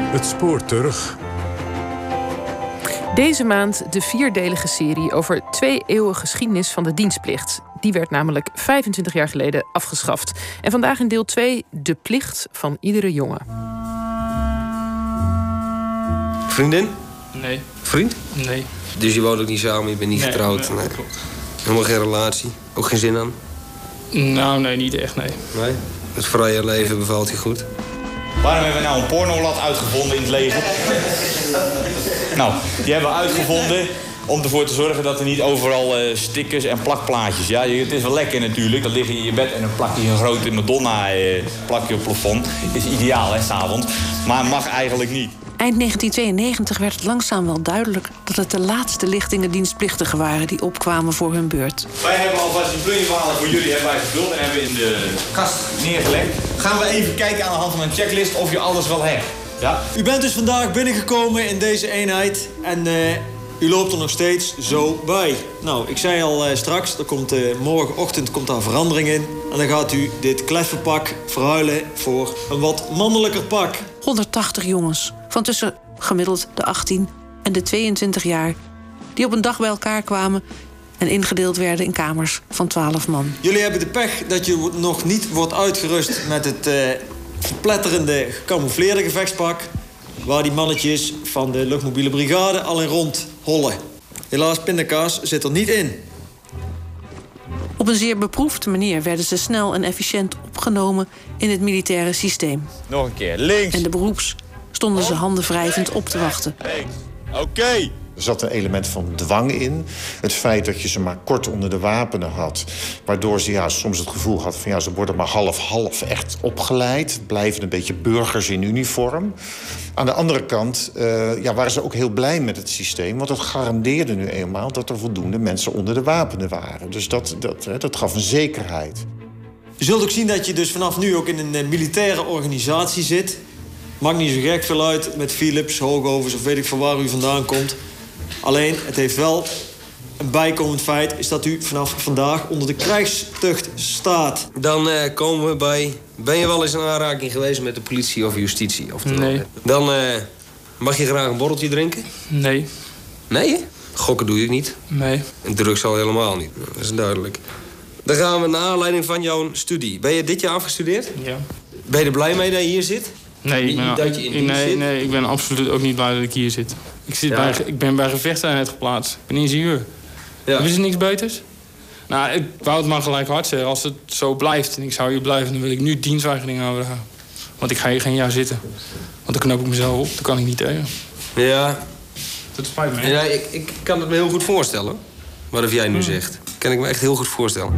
Het spoor terug. Deze maand de 4-delige serie over 2 eeuwen geschiedenis van de dienstplicht. Die werd namelijk 25 jaar geleden afgeschaft. En vandaag in deel 2 de plicht van iedere jongen. Vriendin? Nee. Vriend? Nee. Dus je woont ook niet samen, je bent niet getrouwd? Nee, klopt. Helemaal geen relatie? Ook geen zin aan? Nou, nee, niet echt, nee. Nee? Het vrije leven bevalt je goed? Waarom hebben we nou een pornolat uitgevonden in het leger? Nou, die hebben we uitgevonden om ervoor te zorgen dat er niet overal stickers en plakplaatjes... Ja, het is wel lekker natuurlijk, dan lig je in je bed en dan plak je een grote Madonna plak je op het plafond. Is ideaal, hè, 's avonds. Maar mag eigenlijk niet. Eind 1992 werd het langzaam wel duidelijk dat het de laatste lichtingendienstplichtigen waren die opkwamen voor hun beurt. Wij hebben alvast die plunjewalen voor jullie hebben wij gevuld en hebben in de kast neergelegd. Gaan we even kijken aan de hand van een checklist of je alles wel hebt. Ja? U bent dus vandaag binnengekomen in deze eenheid en u loopt er nog steeds zo bij. Nou, ik zei al straks, er komt, morgenochtend komt daar verandering in. En dan gaat u dit kleffenpak verruilen voor een wat mannelijker pak. 180 jongens van tussen gemiddeld de 18 en de 22 jaar... die op een dag bij elkaar kwamen en ingedeeld werden in kamers van 12 man. Jullie hebben de pech dat je nog niet wordt uitgerust met het verpletterende gecamoufleerde gevechtspak... waar die mannetjes van de luchtmobiele brigade al in rondhollen. Helaas, pindakaas zit er niet in. Op een zeer beproefde manier werden ze snel en efficiënt opgenomen in het militaire systeem. Nog een keer, links. En de beroeps stonden ze handen wrijvend op te wachten. Oké. Er zat een element van dwang in. Het feit dat je ze maar kort onder de wapenen had. Waardoor ze soms het gevoel had van ze worden maar half echt opgeleid. Blijven een beetje burgers in uniform. Aan de andere kant waren ze ook heel blij met het systeem. Want het garandeerde nu eenmaal dat er voldoende mensen onder de wapenen waren. Dus dat gaf een zekerheid. Je zult ook zien dat je dus vanaf nu ook in een militaire organisatie zit. Maakt niet zo gek veel uit met Philips, Hoogovens of weet ik van waar u vandaan komt. Alleen, het heeft wel een bijkomend feit... is dat u vanaf vandaag onder de krijgstucht staat. Dan komen we bij... Ben je wel eens in aanraking geweest met de politie of justitie? Nee. Dan mag je graag een borreltje drinken? Nee. Nee? Gokken doe je niet? Nee. En drugs al helemaal niet. Dat is duidelijk. Dan gaan we naar aanleiding van jouw studie. Ben je dit jaar afgestudeerd? Ja. Ben je er blij mee dat je hier zit? Nee, ik ben absoluut ook niet blij dat ik hier zit. Ik ben bij gevechtseenheid geplaatst. Ik ben ingenieur. Ja. Is er niks beters? Nou, ik wou het maar gelijk hard zeggen. Als het zo blijft en ik zou hier blijven... dan wil ik nu dienstweigering aanvragen. Want ik ga hier geen jaar zitten. Want dan knoop ik mezelf op. Dat kan ik niet tegen. Ja. Dat spijt me. Ja, ik kan het me heel goed voorstellen. Wat jij nu zegt. Kan ik me echt heel goed voorstellen.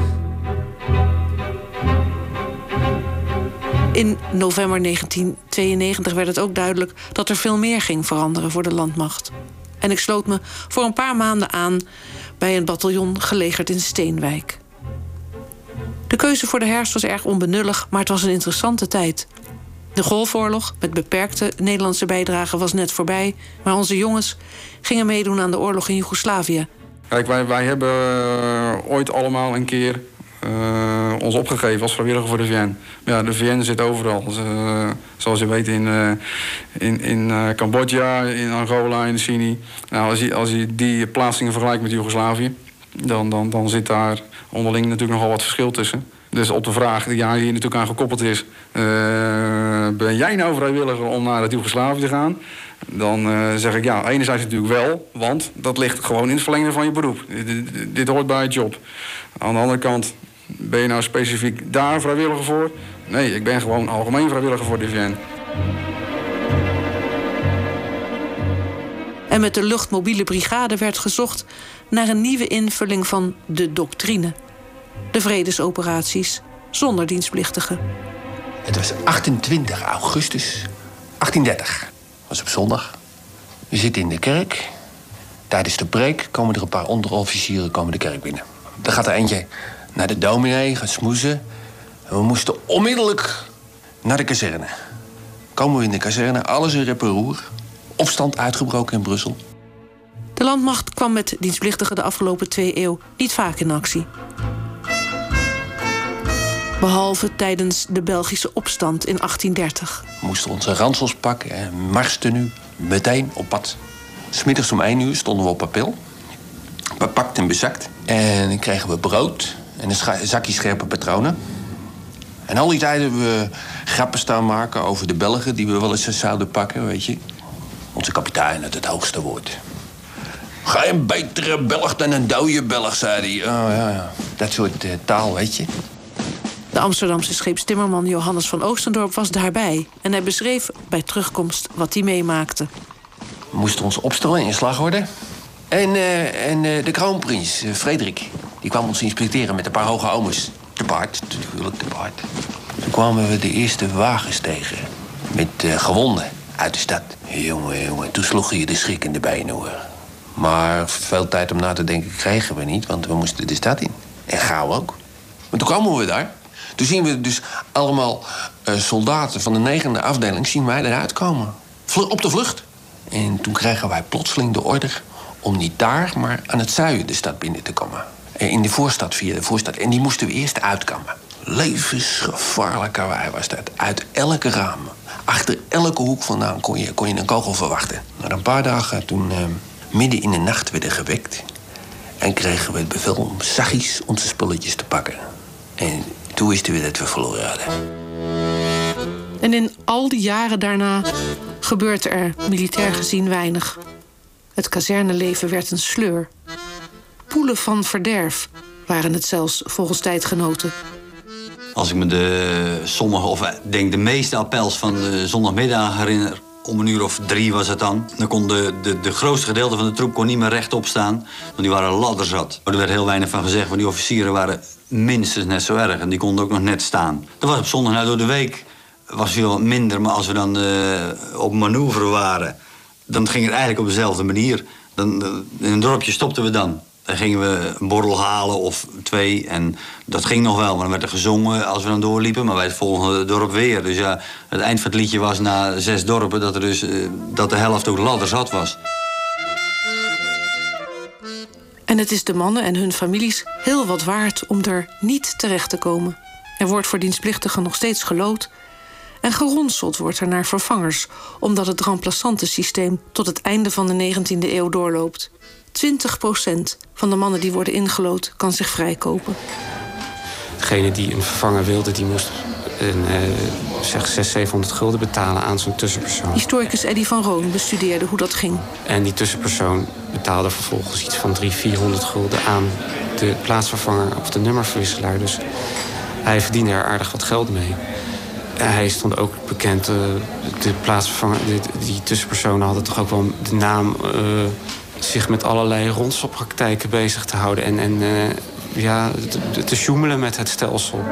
In november 1992 werd het ook duidelijk dat er veel meer ging veranderen voor de landmacht. En ik sloot me voor een paar maanden aan bij een bataljon gelegerd in Steenwijk. De keuze voor de herfst was erg onbenullig, maar het was een interessante tijd. De Golfoorlog, met beperkte Nederlandse bijdrage, was net voorbij, maar onze jongens gingen meedoen aan de oorlog in Joegoslavië. Kijk, wij hebben ooit allemaal een keer ons opgegeven als vrijwilliger voor de VN. Ja, de VN zit overal. Zoals je weet in Cambodja, in Angola, in Sini. Nou, als je die plaatsingen vergelijkt met Joegoslavië... dan zit daar onderling natuurlijk nogal wat verschil tussen. Dus op de vraag die hier natuurlijk aan gekoppeld is... ben jij nou vrijwilliger om naar het Joegoslavië te gaan? Dan zeg ik enerzijds natuurlijk wel... want dat ligt gewoon in het verlengde van je beroep. Dit hoort bij het job. Aan de andere kant, ben je nou specifiek daar vrijwilliger voor? Nee, ik ben gewoon algemeen vrijwilliger voor de VN. En met de luchtmobiele brigade werd gezocht naar een nieuwe invulling van de doctrine. De vredesoperaties zonder dienstplichtigen. Het was 28 augustus 1830. Dat was op zondag. We zitten in de kerk. Tijdens de preek komen er een paar onderofficieren de kerk binnen. Dan gaat er eentje naar de dominee, gaat smoezen. En we moesten onmiddellijk naar de kazerne. Komen we in de kazerne, alles in rep en roer. Opstand uitgebroken in Brussel. De landmacht kwam met dienstplichtigen de afgelopen 2 eeuwen niet vaak in actie. Behalve tijdens de Belgische opstand in 1830. We moesten onze ransels pakken en marstenu meteen op pad. 'S Middags om 1 uur stonden we op papel. Bepakt en bezakt. En dan kregen we brood en een zakje scherpe patronen. En al die tijd hebben we grappen staan maken over de Belgen die we wel eens zouden pakken, weet je. Onze kapitein had het hoogste woord. Ga je een betere Belg dan een dode Belg, zei hij. Oh, ja. Dat soort taal, weet je. De Amsterdamse scheepstimmerman Johannes van Oostendorp was daarbij. En hij beschreef bij terugkomst wat hij meemaakte. We moesten ons opstellen in slagorde. En de kroonprins, Frederik, die kwam ons inspecteren met een paar hoge omes. Te paard, natuurlijk, te paard. Toen kwamen we de eerste wagens tegen. Met gewonden uit de stad. Jongen, toen sloeg je de schrik in de benen, hoor. Maar veel tijd om na te denken kregen we niet, want we moesten de stad in. En gauw ook. Maar toen kwamen we daar. Toen zien we dus allemaal soldaten van de 9e afdeling zien wij eruit komen. Op de vlucht. En toen kregen wij plotseling de order om niet daar, maar aan het zuiden de stad binnen te komen. In de voorstad, via de voorstad. En die moesten we eerst uitkammen. Levensgevaarlijk karwei was dat. Uit elke raam. Achter elke hoek vandaan kon je een kogel verwachten. Na een paar dagen toen midden in de nacht werden gewekt. En kregen we het bevel om zachtjes onze spulletjes te pakken. En toen wisten we dat we verloren hadden. En in al die jaren daarna gebeurde er militair gezien weinig. Het kazerneleven werd een sleur. Poelen van verderf waren het zelfs volgens tijdgenoten. Als ik me de meeste appels van de zondagmiddag herinner, om 3:00 was het dan kon de grootste gedeelte van de troep kon niet meer rechtop staan, want die waren ladderzat. Er werd heel weinig van gezegd, want die officieren waren minstens net zo erg en die konden ook nog net staan. Dat was op zondag, door de week was veel minder, maar als we dan op manoeuvre waren, dan ging het eigenlijk op dezelfde manier. In een dorpje stopten we dan. Dan gingen we een borrel halen of 2 en dat ging nog wel. Maar dan werd er gezongen als we dan doorliepen, maar bij het volgende dorp weer. Dus ja, het eind van het liedje was na 6 dorpen dat de helft ook ladderzat was. En het is de mannen en hun families heel wat waard om er niet terecht te komen. Er wordt voor dienstplichtigen nog steeds geloot. En geronseld wordt er naar vervangers, omdat het remplaçantensysteem tot het einde van de 19e eeuw doorloopt. 20% van de mannen die worden ingelood kan zich vrijkopen. Degene die een vervanger wilde, die moest zeg 600-700 gulden betalen aan zo'n tussenpersoon. Historicus Eddy van Roon bestudeerde hoe dat ging. En die tussenpersoon betaalde vervolgens iets van 300-400 gulden aan de plaatsvervanger of de nummerverwisselaar. Dus hij verdiende er aardig wat geld mee. Hij stond ook bekend, de plaatsvervanger, die tussenpersonen hadden toch ook wel de naam zich met allerlei rondselpraktijken bezig te houden en te sjoemelen met het stelsel.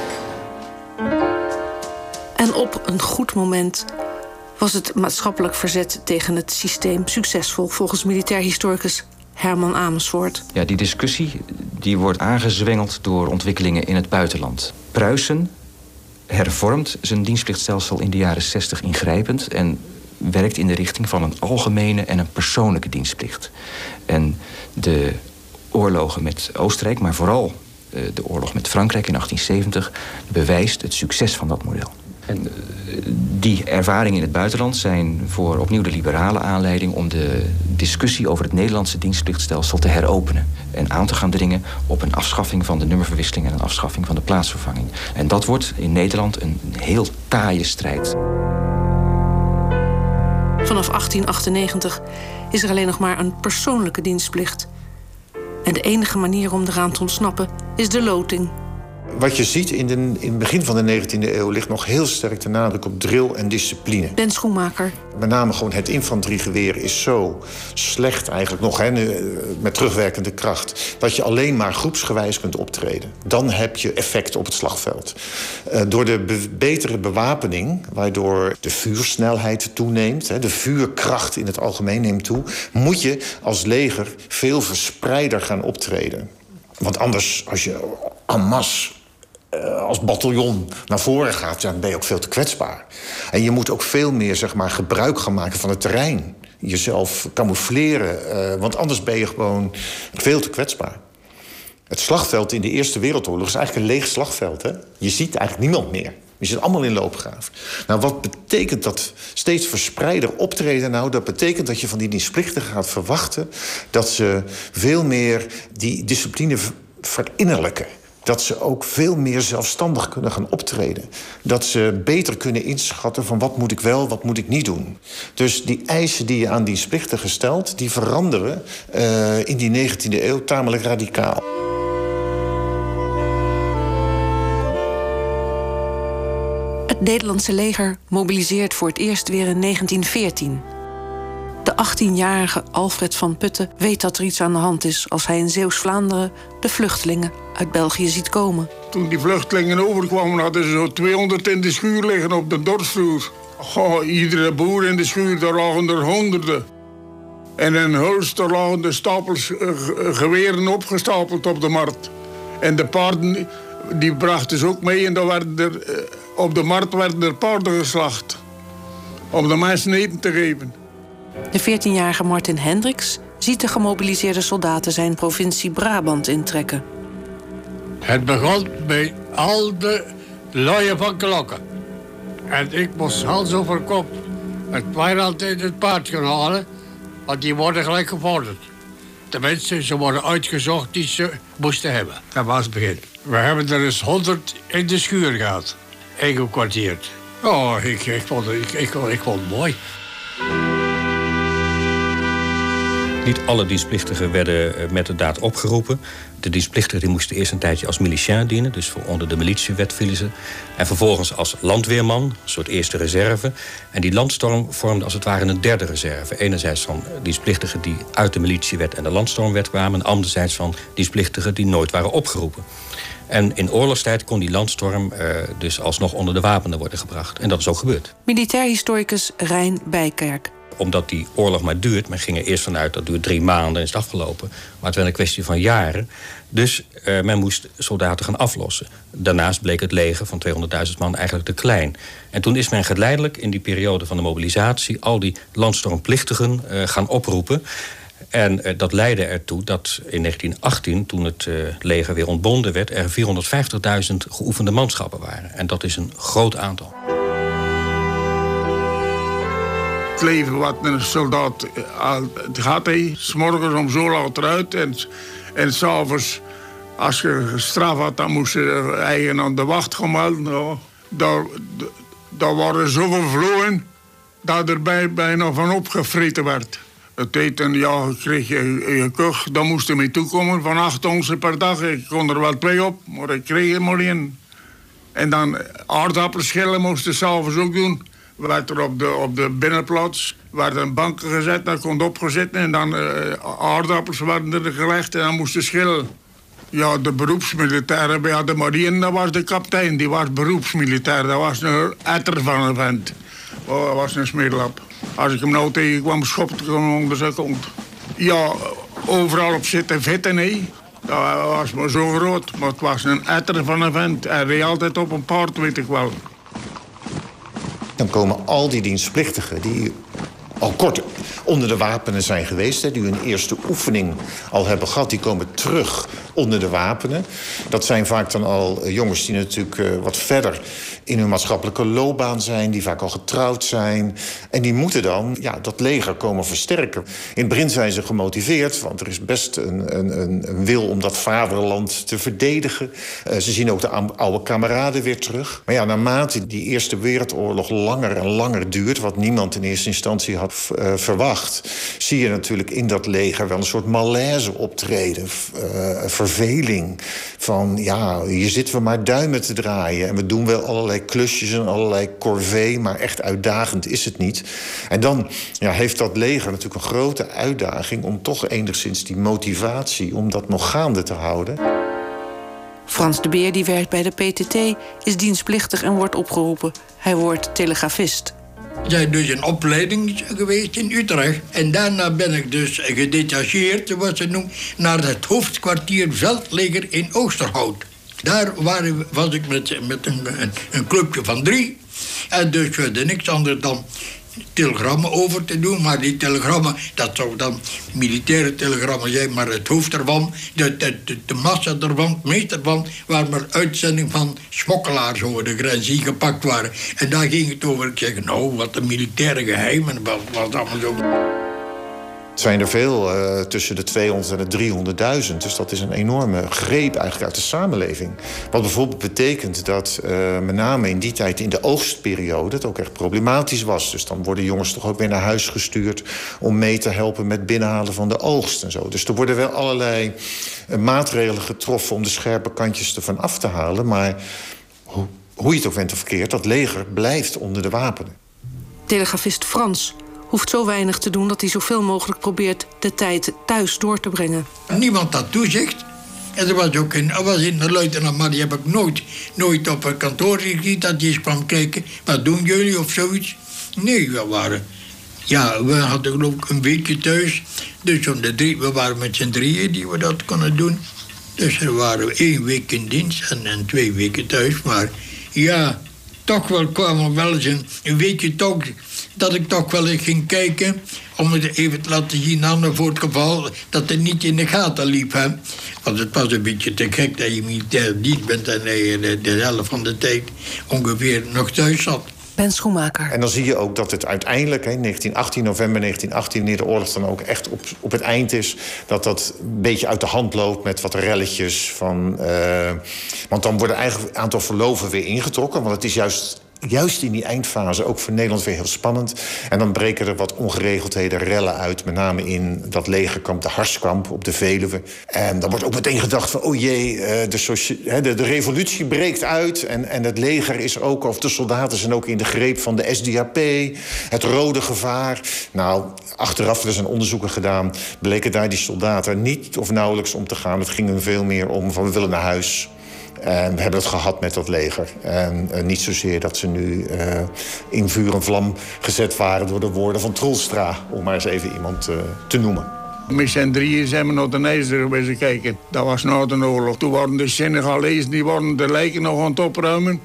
En op een goed moment was het maatschappelijk verzet tegen het systeem succesvol, volgens militair historicus Herman Amersfoort. Ja, die discussie die wordt aangezwengeld door ontwikkelingen in het buitenland. Pruisen hervormt zijn dienstplichtstelsel in de jaren 60 ingrijpend en werkt in de richting van een algemene en een persoonlijke dienstplicht. En de oorlogen met Oostenrijk, maar vooral de oorlog met Frankrijk in 1870... bewijst het succes van dat model. En die ervaringen in het buitenland zijn voor opnieuw de liberale aanleiding om de discussie over het Nederlandse dienstplichtstelsel te heropenen. En aan te gaan dringen op een afschaffing van de nummerverwisseling en een afschaffing van de plaatsvervanging. En dat wordt in Nederland een heel taaie strijd. Vanaf 1898 is er alleen nog maar een persoonlijke dienstplicht. En de enige manier om eraan te ontsnappen is de loting. Wat je ziet in het begin van de 19e eeuw ligt nog heel sterk de nadruk op drill en discipline. Ben Schoenmaker. Met name gewoon het infanteriegeweer is zo slecht eigenlijk nog, met terugwerkende kracht, dat je alleen maar groepsgewijs kunt optreden. Dan heb je effect op het slagveld. Door de betere bewapening, waardoor de vuursnelheid toeneemt, de vuurkracht in het algemeen neemt toe, moet je als leger veel verspreider gaan optreden. Want anders, als je en masse als bataljon naar voren gaat, dan ben je ook veel te kwetsbaar. En je moet ook veel meer gebruik gaan maken van het terrein. Jezelf camoufleren, want anders ben je gewoon veel te kwetsbaar. Het slagveld in de Eerste Wereldoorlog is eigenlijk een leeg slagveld. Hè? Je ziet eigenlijk niemand meer. Je zit allemaal in loopgraven. Nou, wat betekent dat steeds verspreider optreden nou? Dat betekent dat je van die dienstplichtigen gaat verwachten dat ze veel meer die discipline verinnerlijken. Dat ze ook veel meer zelfstandig kunnen gaan optreden. Dat ze beter kunnen inschatten van wat moet ik wel, wat moet ik niet doen. Dus die eisen die je aan dienstplichtigen stelt, die veranderen in die 19e eeuw tamelijk radicaal. Het Nederlandse leger mobiliseert voor het eerst weer in 1914. De 18-jarige Alfred van Putten weet dat er iets aan de hand is als hij in Zeeuws-Vlaanderen de vluchtelingen uit België ziet komen. Toen die vluchtelingen overkwamen hadden ze zo 200 in de schuur liggen op de dorpsvloer. Iedere boer in de schuur, daar lagen er honderden. En in Hulst, daar lagen de stapels geweren opgestapeld op de markt. En de paarden, die brachten ze ook mee en dan werden er, op de markt werden er paarden geslacht. Om de mensen eten te geven. De 14-jarige Martin Hendricks ziet de gemobiliseerde soldaten zijn provincie Brabant intrekken. Het begon bij al de luien van Klokken. En ik moest hals over kop met Weiland in het paard gaan halen, want die worden gelijk gevorderd. Tenminste, ze worden uitgezocht die ze moesten hebben. Dat was het begin. We hebben er eens 100 in de schuur gehad, ingekwartierd. Oh, ik vond het mooi. Niet alle dienstplichtigen werden met de daad opgeroepen. De dienstplichtigen die moesten eerst een tijdje als milicien dienen, dus onder de militiewet vielen ze. En vervolgens als landweerman, een soort eerste reserve. En die landstorm vormde als het ware een derde reserve. Enerzijds van dienstplichtigen die uit de militiewet en de landstormwet kwamen, en anderzijds van dienstplichtigen die nooit waren opgeroepen. En in oorlogstijd kon die landstorm dus alsnog onder de wapenen worden gebracht. En dat is ook gebeurd. Militair historicus Rijn Bijkerk. Omdat die oorlog maar duurt, men ging er eerst vanuit dat duurt 3 maanden en is het afgelopen. Maar het werd een kwestie van jaren. Dus men moest soldaten gaan aflossen. Daarnaast bleek het leger van 200.000 man eigenlijk te klein. En toen is men geleidelijk in die periode van de mobilisatie al die landstormplichtigen gaan oproepen. En dat leidde ertoe dat in 1918, toen het leger weer ontbonden werd, er 450.000 geoefende manschappen waren. En dat is een groot aantal. Het leven wat een soldaat had, hij. 's morgens om zo laat eruit en 's avonds, als je straf had, dan moest je eigen aan de wacht gaan melden. Nou, daar waren zoveel vloeien dat er bijna van opgevreten werd. Het eten, ja, kreeg je kuch, daar moest je mee toekomen van 8 onsen per dag. Ik kon er wel 2 op, maar ik kreeg er maar 1. En dan aardappelschillen moesten 's avonds ook doen. Werd er op de binnenplaats werden banken gezet, daar kon opgezet en dan aardappels werden er gelegd en dan moesten schillen. Ja, de beroepsmilitairen bij de marine, dat was de kapitein, die was beroepsmilitair. Dat was een etter van een vent. Oh, dat was een smeerlap. Als ik hem nou tegenkwam, schopte ik hem onder zijn kont. Ja, overal op zitten vitten, nee. Dat was maar zo groot, maar het was een etter van een vent. Hij reed altijd op een paard, weet ik wel. Dan komen al die dienstplichtigen die al kort onder de wapenen zijn geweest, die hun eerste oefening al hebben gehad, die komen terug onder de wapenen. Dat zijn vaak dan al jongens die natuurlijk wat verder in hun maatschappelijke loopbaan zijn, die vaak al getrouwd zijn. En die moeten dan dat leger komen versterken. In het begin zijn ze gemotiveerd, want er is best een wil om dat vaderland te verdedigen. Ze zien ook de oude kameraden weer terug. Maar naarmate die Eerste Wereldoorlog langer en langer duurt, wat niemand in eerste instantie had verwacht, zie je natuurlijk in dat leger wel een soort malaise optreden. Verveling. Van hier zitten we maar duimen te draaien. En we doen wel allerlei klusjes en allerlei corvée, maar echt uitdagend is het niet. En dan heeft dat leger natuurlijk een grote uitdaging om toch enigszins die motivatie om dat nog gaande te houden. Frans de Beer, die werkt bij de PTT, is dienstplichtig en wordt opgeroepen. Hij wordt telegrafist. Er zijn dus een opleiding geweest in Utrecht. En daarna ben ik dus gedetacheerd, zoals ze noemen, naar het hoofdkwartier Veldleger in Oosterhout. Daar was ik met een clubje van 3. En dus we hadden niks anders dan telegrammen over te doen. Maar die telegrammen, dat zou dan militaire telegrammen zijn. Maar het hoofd ervan, de massa ervan, het meeste ervan... waren maar uitzending van smokkelaars over de grens die gepakt waren. En daar ging het over. Ik zeg, nou, wat een militaire geheim. En wat was allemaal zo... Het zijn er veel, tussen de 200 en de 300.000. Dus dat is een enorme greep eigenlijk uit de samenleving. Wat bijvoorbeeld betekent dat met name in die tijd in de oogstperiode... het ook echt problematisch was. Dus dan worden jongens toch ook weer naar huis gestuurd... om mee te helpen met binnenhalen van de oogst en zo. Dus er worden wel allerlei maatregelen getroffen... om de scherpe kantjes ervan af te halen. Maar hoe je het ook went of verkeerd, dat leger blijft onder de wapenen. Telegrafist Frans hoeft zo weinig te doen dat hij zoveel mogelijk probeert de tijd thuis door te brengen. Niemand dat toezicht. En er was ook een luitenant, maar die heb ik nooit op een kantoor gezien dat die eens kwam kijken. Wat doen jullie of zoiets? Nee, we hadden geloof ik een weekje thuis. Dus we waren met z'n drieën die we dat konden doen. Dus er waren 1 week in dienst en 2 weken thuis. Maar ja, toch wel kwam er wel eens een weekje toch... dat ik toch wel eens ging kijken... om het even te laten zien aan voor het geval... dat het niet in de gaten liep. Hè? Want het was een beetje te gek dat je militair dienst bent... en de helft van de tijd ongeveer nog thuis zat. Ben Schoenmaker. En dan zie je ook dat het uiteindelijk, november 1918... wanneer de oorlog dan ook echt op het eind is... dat een beetje uit de hand loopt met wat relletjes van... want dan worden eigenlijk een aantal verloven weer ingetrokken... want het is juist in die eindfase ook voor Nederland weer heel spannend. En dan breken er wat ongeregeldheden, rellen uit. Met name in dat legerkamp, de Harskamp op de Veluwe. En dan wordt ook meteen gedacht van... oh jee, de revolutie breekt uit. En het leger is ook, of de soldaten zijn ook in de greep van de SDAP. Het rode gevaar. Nou, achteraf, er zijn onderzoeken gedaan... bleken daar die soldaten niet of nauwelijks om te gaan. Het ging er veel meer om van we willen naar huis... En we hebben het gehad met dat leger. En niet zozeer dat ze nu in vuur en vlam gezet waren... door de woorden van Troelstra, om maar eens even iemand te noemen. Met z'n drieën zijn we naar de IJzer geweest kijken. Dat was na de oorlog. Toen waren de Senegalezen die waren de lijken nog aan het opruimen.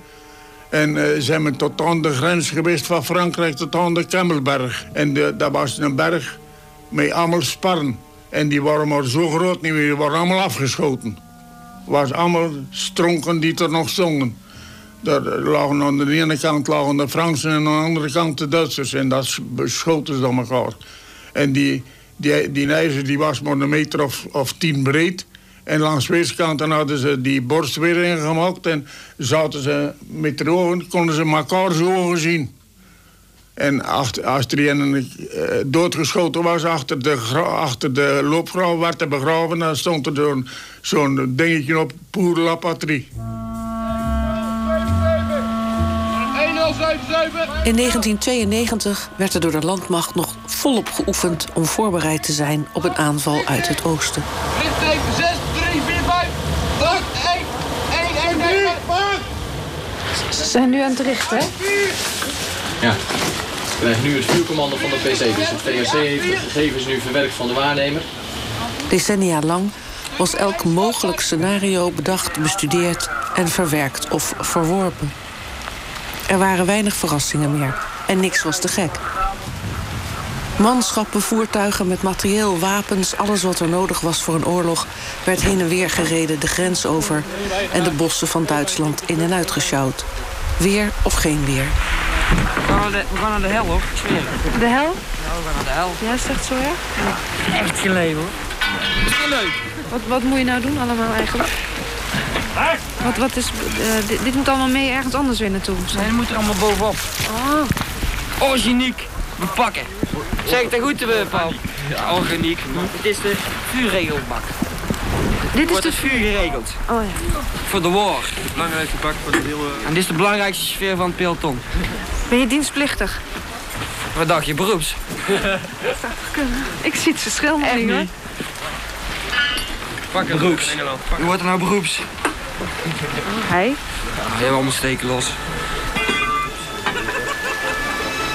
En zijn we tot aan de grens geweest van Frankrijk tot aan de Kemmelberg. En dat was een berg met allemaal sparren. En die waren maar zo groot niet meer, die waren allemaal afgeschoten. Het was allemaal stronken die er nog zongen. Daar lagen aan de ene kant lagen de Fransen en aan de andere kant de Duitsers. En dat schoten ze door elkaar. En die IJzer die was maar 1 meter of 10 breed. En langs weerskanten hadden ze die borst weer ingemaakt. En zaten ze met de ogen, konden ze elkaar zo ogen zien. En als er een doodgeschoten was achter de loopgraaf werd hij begraven... dan stond er zo'n dingetje op, pour la patrie. In 1992 werd er door de landmacht nog volop geoefend... om voorbereid te zijn op een aanval uit het oosten. Richting 6, 3, 4, 5, 8, 1, 1, 1, 1, 1. Ze zijn nu aan het richten, hè? Ja. We krijgen nu het vuurcommando van de PC. Dus het VOC heeft de gegevens nu verwerkt van de waarnemer. Decennia lang was elk mogelijk scenario bedacht, bestudeerd en verwerkt of verworpen. Er waren weinig verrassingen meer en niks was te gek. Manschappen, voertuigen met materieel, wapens, alles wat er nodig was voor een oorlog... werd heen en weer gereden de grens over en de bossen van Duitsland in en uitgesjouwd. Weer of geen weer. We gaan naar de hel, hoor. Ik zweer het. De hel? Ja, we gaan naar de hel. Ja, is het echt zo, ja? Echt geen leven, hoor. Dat is heel leuk. Wat moet je nou doen allemaal eigenlijk? Wat is... dit moet allemaal mee ergens anders weer naartoe? Nee, die moeten er allemaal bovenop. Oh. Organiek. We pakken. Zeg ik dat goed, Paul? Ja, organiek. Het is de vuurregelbak. Dit is het vuur geregeld. Oh ja. Voor de war. Het belangrijkste bak voor de hele... En dit is de belangrijkste sfeer van het peloton. Ben je dienstplichtig? Wat dacht je, beroeps? Dat zou kunnen. Ik zie het verschil nog niet, hoor. Pak het beroeps. Wie wordt er nou beroeps? Hij? Ja, je hebt allemaal steken los.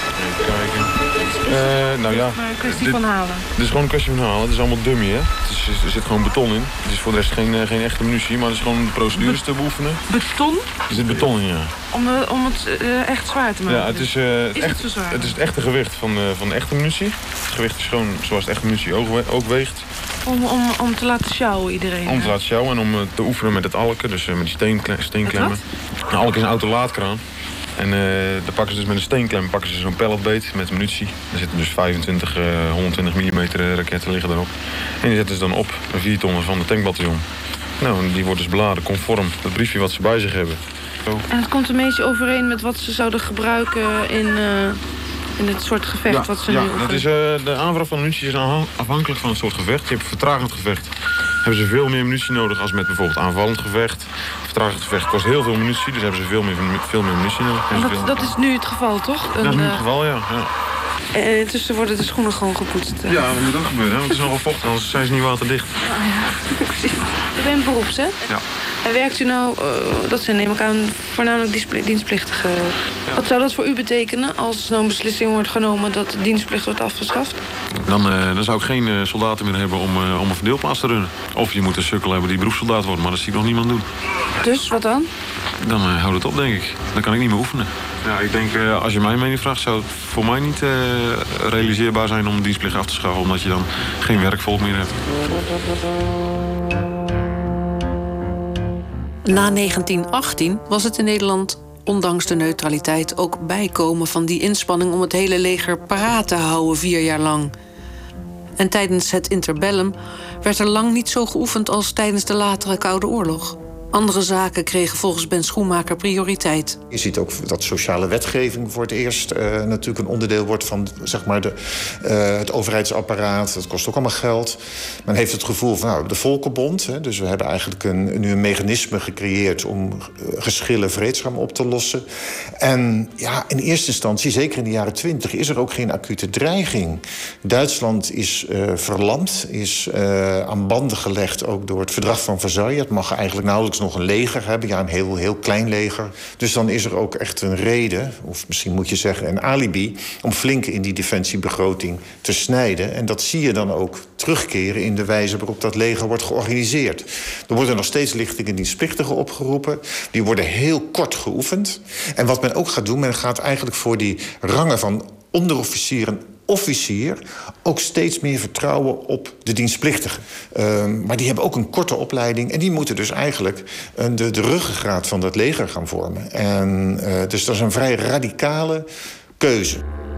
Nou ja. Het is maar een kwestie van halen. Het is gewoon een kwestie van halen. Het is allemaal dummy, hè? Het is er zit gewoon beton in. Het is voor de rest geen echte munitie, maar het is gewoon procedures te beoefenen. Beton? Er zit beton in, ja. Om het echt zwaar te maken? Ja, het is het zo zwaar? Het is het echte gewicht van de echte munitie. Het gewicht is gewoon zoals de echte munitie ook weegt. Om te laten sjouwen iedereen? Om te laten sjouwen en om te oefenen met het alken, dus met die steenklemmen. Een alk is een autolaadkraan. En daar pakken ze dus met een steenklem zo'n pelletbeet met munitie. Er zitten dus 25, 120 mm raketten liggen erop. En die zetten ze dan op, een 4 ton van de tankbataljon. Nou, en die wordt dus beladen conform het briefje wat ze bij zich hebben. Zo. En het komt een beetje overeen met wat ze zouden gebruiken in het soort gevecht wat ze nu oefenen? Dat is, de aanvraag van de munitie is afhankelijk van het soort gevecht. Je hebt een vertragend gevecht. Hebben ze veel meer munitie nodig als met bijvoorbeeld aanvallend gevecht. Vertragend gevecht kost heel veel munitie, dus hebben ze veel meer munitie nodig. En dat is nu het geval, toch? Dat is nu het geval, ja. En intussen worden de schoenen gewoon gepoetst. Ja, dat moet ook gebeuren, want het is nogal vochtig, anders zijn ze niet waterdicht. Ah ja, precies. U bent beroeps, hè? Ja. En werkt u nou, dat zijn neem ik aan voornamelijk dienstplichtigen. Ja. Wat zou dat voor u betekenen als zo'n beslissing wordt genomen dat de dienstplicht wordt afgeschaft? Dan zou ik geen soldaten meer hebben om een verdeelplaats te runnen. Of je moet een sukkel hebben die beroepssoldaat wordt, maar dat zie ik nog niemand doen. Dus, wat dan? Dan houdt het op, denk ik. Dan kan ik niet meer oefenen. Ja, ik denk, als je mijn mening vraagt, zou het voor mij niet realiseerbaar zijn om de dienstplicht af te schaffen, omdat je dan geen werkvolk meer hebt. Na 1918 was het in Nederland, ondanks de neutraliteit, ook bijkomen van die inspanning om het hele leger paraat te houden 4 jaar lang. En tijdens het interbellum werd er lang niet zo geoefend als tijdens de latere Koude Oorlog. Andere zaken kregen volgens Ben Schoenmaker prioriteit. Je ziet ook dat sociale wetgeving voor het eerst natuurlijk een onderdeel wordt van zeg maar het overheidsapparaat. Dat kost ook allemaal geld. Men heeft het gevoel van de Volkenbond. Hè, dus we hebben eigenlijk nu een mechanisme gecreëerd om geschillen vreedzaam op te lossen. En ja, in eerste instantie, zeker in de jaren 20, is er ook geen acute dreiging. Duitsland is verlamd, is aan banden gelegd ook door het verdrag van Versailles. Het mag eigenlijk nauwelijks nog een leger hebben. Ja, een heel klein leger. Dus dan is er ook echt een reden, of misschien moet je zeggen een alibi, om flink in die defensiebegroting te snijden. En dat zie je dan ook terugkeren in de wijze waarop dat leger wordt georganiseerd. Er worden nog steeds lichting- dienstplichtigen opgeroepen. Die worden heel kort geoefend. En wat men ook gaat doen, men gaat eigenlijk voor die rangen van onderofficier en officier ook steeds meer vertrouwen op de dienstplichtigen. Maar die hebben ook een korte opleiding en die moeten dus eigenlijk de ruggengraat van dat leger gaan vormen. En dus dat is een vrij radicale keuze.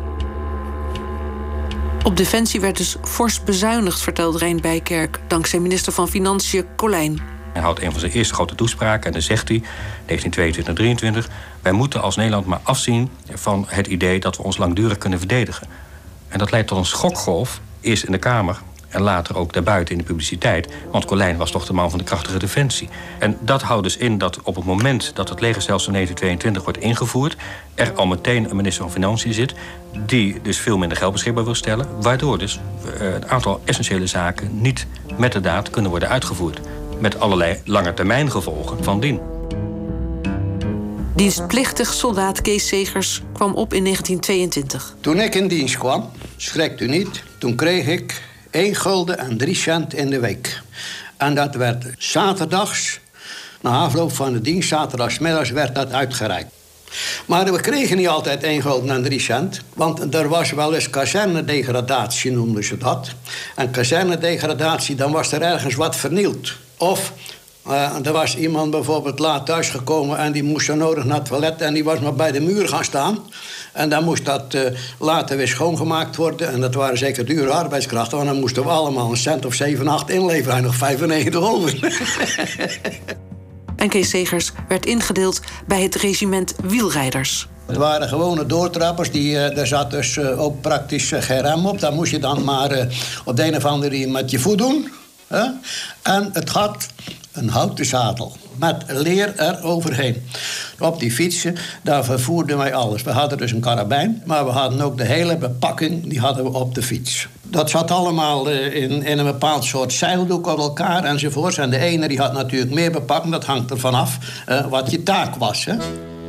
Op Defensie werd dus fors bezuinigd, vertelt Rein Bijkerk, dankzij minister van Financiën Colijn. Hij houdt een van zijn eerste grote toespraken en dan zegt hij, 1922-23... wij moeten als Nederland maar afzien van het idee dat we ons langdurig kunnen verdedigen. En dat leidt tot een schokgolf, eerst in de Kamer en later ook daarbuiten in de publiciteit. Want Colijn was toch de man van de krachtige defensie. En dat houdt dus in dat op het moment dat het legerstelsel 1922 wordt ingevoerd, er al meteen een minister van Financiën zit die dus veel minder geld beschikbaar wil stellen, waardoor dus een aantal essentiële zaken niet met de daad kunnen worden uitgevoerd. Met allerlei langetermijngevolgen van dien. Dienstplichtig soldaat Kees Segers kwam op in 1922. Toen ik in dienst kwam, schrikt u niet, toen kreeg ik 1 gulden en 3 cent in de week. En dat werd zaterdags, na afloop van de dienst, zaterdagsmiddags werd dat uitgereikt. Maar we kregen niet altijd 1 gulden en 3 cent. Want er was wel eens kazernedegradatie, noemden ze dat. En kazernedegradatie, dan was er ergens wat vernield. Of er was iemand bijvoorbeeld laat thuisgekomen en die moest zo nodig naar het toilet en die was maar bij de muur gaan staan. En dan moest dat later weer schoongemaakt worden. En dat waren zeker dure arbeidskrachten, want dan moesten we allemaal een cent of 7, 8 inleveren en nog 95 over. En Kees Segers werd ingedeeld bij het regiment wielrijders. Het waren gewone doortrappers, daar zat dus ook praktisch geen rem op. Daar moest je dan maar op de een of andere manier met je voet doen. Hè? En het had een houten zadel met leer eroverheen. Op die fietsen, daar vervoerden wij alles. We hadden dus een karabijn, maar we hadden ook de hele bepakking, die hadden we op de fiets. Dat zat allemaal in een bepaald soort zeildoek op elkaar enzovoorts. En de ene die had natuurlijk meer bepakking, dat hangt ervan af wat je taak was. Hè?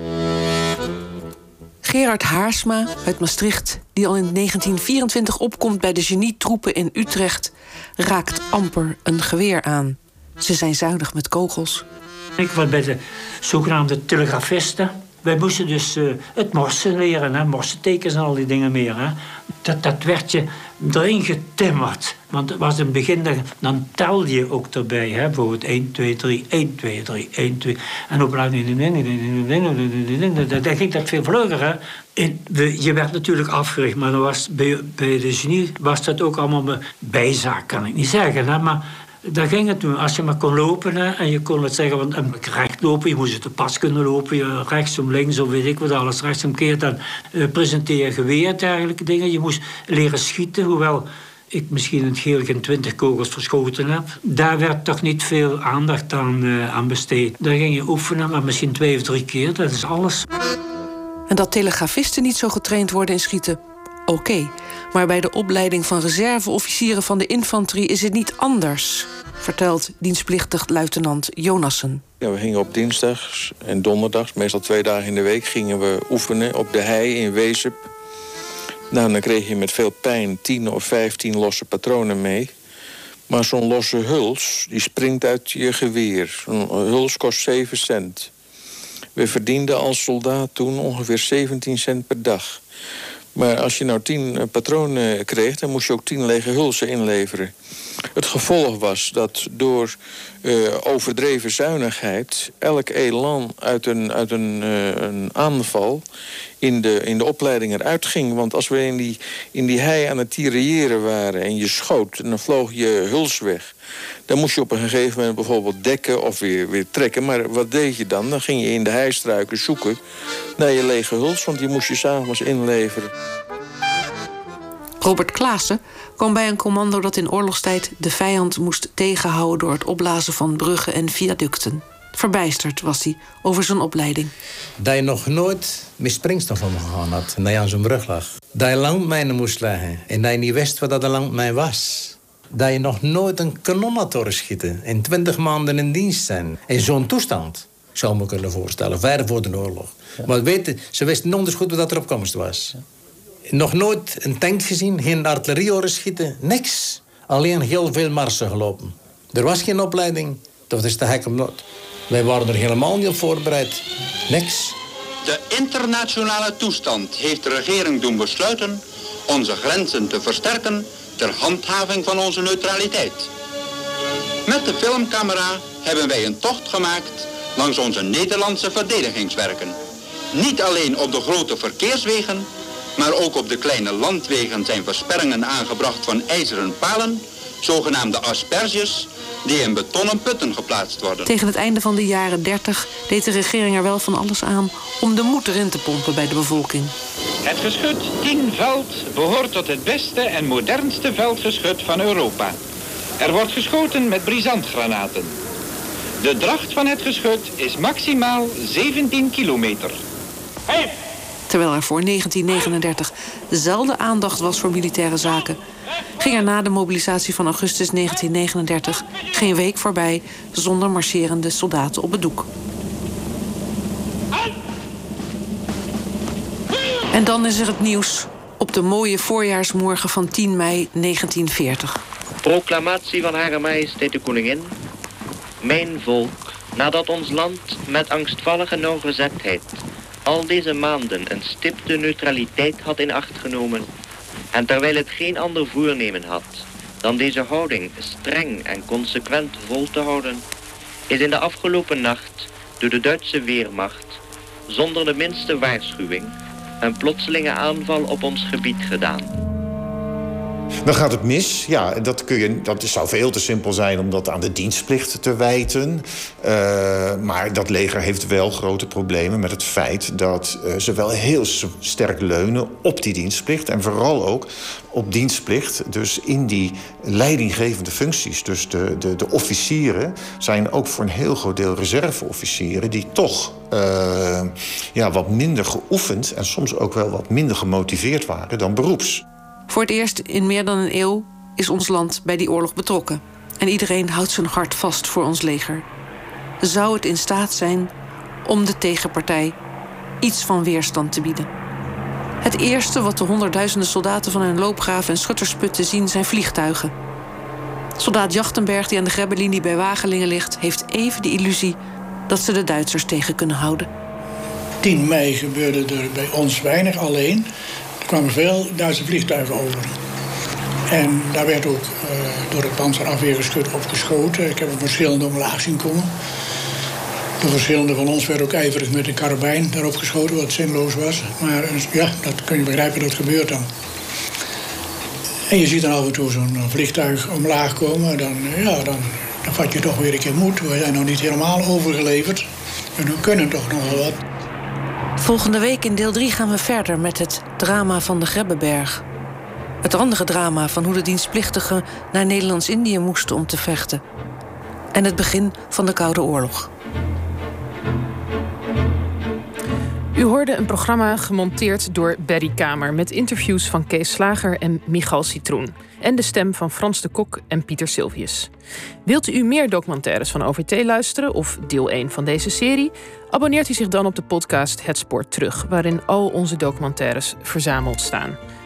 Gerard Haarsma uit Maastricht, die al in 1924 opkomt bij de genietroepen in Utrecht, raakt amper een geweer aan. Ze zijn zuinig met kogels. Ik was bij de zogenaamde telegrafisten. Wij moesten dus het morsen leren, hè? Morsentekens en al die dingen meer. Hè? Dat werd je erin getimmerd. Want het was in het begin, dan telde je ook erbij. Hè? Bijvoorbeeld 1, 2, 3, 1, 2, 3, 1, 2. En op dan ging dat veel vlugger. Hè? Je werd natuurlijk afgericht, maar bij de genie was dat ook allemaal bijzaak, kan ik niet zeggen. Hè? Maar daar ging het toen. Als je maar kon lopen, hè, en je kon het zeggen, want recht lopen, je moest het te pas kunnen lopen, rechtsom, linksom, weet ik wat, alles rechtsomkeerd, dan presenteer je geweer, dergelijke dingen. Je moest leren schieten, hoewel ik misschien in het geheel geen 20 kogels verschoten heb. Daar werd toch niet veel aandacht aan besteed. Daar ging je oefenen, maar misschien 2 of 3 keer, dat is alles. En dat telegrafisten niet zo getraind worden in schieten, oké. Maar bij de opleiding van reserveofficieren van de infanterie is het niet anders, vertelt dienstplichtig luitenant Jonassen. Ja, we gingen op dinsdags en donderdags, meestal 2 dagen in de week, gingen we oefenen op de hei in Wezep. Nou, dan kreeg je met veel pijn 10 of 15 losse patronen mee. Maar zo'n losse huls, die springt uit je geweer. Zo'n huls kost 7 cent. We verdienden als soldaat toen ongeveer 17 cent per dag. Maar als je nou 10 patronen kreeg, dan moest je ook 10 lege hulsen inleveren. Het gevolg was dat door overdreven zuinigheid elk elan uit een aanval in de opleiding eruit ging. Want als we in die hei aan het tirailleren waren en je schoot en dan vloog je huls weg, dan moest je op een gegeven moment bijvoorbeeld dekken of weer trekken. Maar wat deed je dan? Dan ging je in de heistruiken zoeken naar je lege huls, want die moest je 's avonds inleveren. Robert Klaassen kwam bij een commando dat in oorlogstijd de vijand moest tegenhouden door het opblazen van bruggen en viaducten. Verbijsterd was hij over zijn opleiding. Dat je nog nooit met springstof omgegaan had en dat je aan zo'n brug lag. Dat je landmijnen moest leggen en dat je niet wist wat dat een landmijn was. Dat je nog nooit een kanon had horen schieten en 20 maanden in dienst zijn. In zo'n toestand, zou ik me kunnen voorstellen, ver voor de oorlog. Ja. Maar ze wisten nog goed wat er op komst was. Ja. Nog nooit een tank gezien, geen artillerie horen schieten, niks. Alleen heel veel marsen gelopen. Er was geen opleiding, dat is te gek om nood. Wij waren er helemaal niet op voorbereid. Niks. De internationale toestand heeft de regering doen besluiten onze grenzen te versterken ter handhaving van onze neutraliteit. Met de filmcamera hebben wij een tocht gemaakt langs onze Nederlandse verdedigingswerken. Niet alleen op de grote verkeerswegen, maar ook op de kleine landwegen zijn versperringen aangebracht van ijzeren palen, zogenaamde asperges, die in betonnen putten geplaatst worden. Tegen het einde van de jaren 30 deed de regering er wel van alles aan om de moed erin te pompen bij de bevolking. Het geschut 10 Veld behoort tot het beste en modernste veldgeschut van Europa. Er wordt geschoten met brisantgranaten. De dracht van het geschut is maximaal 17 kilometer. Hey! Terwijl er voor 1939 zelden aandacht was voor militaire zaken, ging er na de mobilisatie van augustus 1939 geen week voorbij zonder marcherende soldaten op het doek. En dan is er het nieuws op de mooie voorjaarsmorgen van 10 mei 1940. Proclamatie van Hare Majesteit de Koningin. Mijn volk, nadat ons land met angstvallige nauwgezetheid al deze maanden een stipte neutraliteit had in acht genomen, en terwijl het geen ander voornemen had dan deze houding streng en consequent vol te houden, is in de afgelopen nacht door de Duitse Weermacht zonder de minste waarschuwing een plotselinge aanval op ons gebied gedaan. Dan gaat het mis. Ja, dat zou veel te simpel zijn om dat aan de dienstplicht te wijten. Maar dat leger heeft wel grote problemen met het feit dat ze wel heel sterk leunen op die dienstplicht. En vooral ook op dienstplicht, dus in die leidinggevende functies. Dus de officieren zijn ook voor een heel groot deel reserveofficieren die toch wat minder geoefend en soms ook wel wat minder gemotiveerd waren dan beroeps. Voor het eerst in meer dan een eeuw is ons land bij die oorlog betrokken. En iedereen houdt zijn hart vast voor ons leger. Zou het in staat zijn om de tegenpartij iets van weerstand te bieden? Het eerste wat de honderdduizenden soldaten van hun loopgraven en schuttersputten zien zijn vliegtuigen. Soldaat Jachtenberg, die aan de Grebbelinie bij Wageningen ligt, heeft even de illusie dat ze de Duitsers tegen kunnen houden. 10 mei gebeurde er bij ons weinig alleen. Er kwamen veel Duitse vliegtuigen over. En daar werd ook door het panzerafweergeschut op geschoten. Ik heb er verschillende omlaag zien komen. De verschillende van ons werd ook ijverig met een karabijn daarop geschoten, wat zinloos was. Maar ja, dat kun je begrijpen, dat gebeurt dan. En je ziet dan af en toe zo'n vliegtuig omlaag komen. Dan vat je toch weer een keer moed. We zijn nog niet helemaal overgeleverd. En we kunnen toch nog wel wat. Volgende week in deel 3 gaan we verder met het drama van de Grebbeberg. Het andere drama van hoe de dienstplichtigen naar Nederlands-Indië moesten om te vechten. En het begin van de Koude Oorlog. U hoorde een programma gemonteerd door Berry Kamer met interviews van Kees Slager en Michal Citroen. En de stem van Frans de Kok en Pieter Silvius. Wilt u meer documentaires van OVT luisteren of deel 1 van deze serie? Abonneert u zich dan op de podcast Het Spoor Terug, waarin al onze documentaires verzameld staan.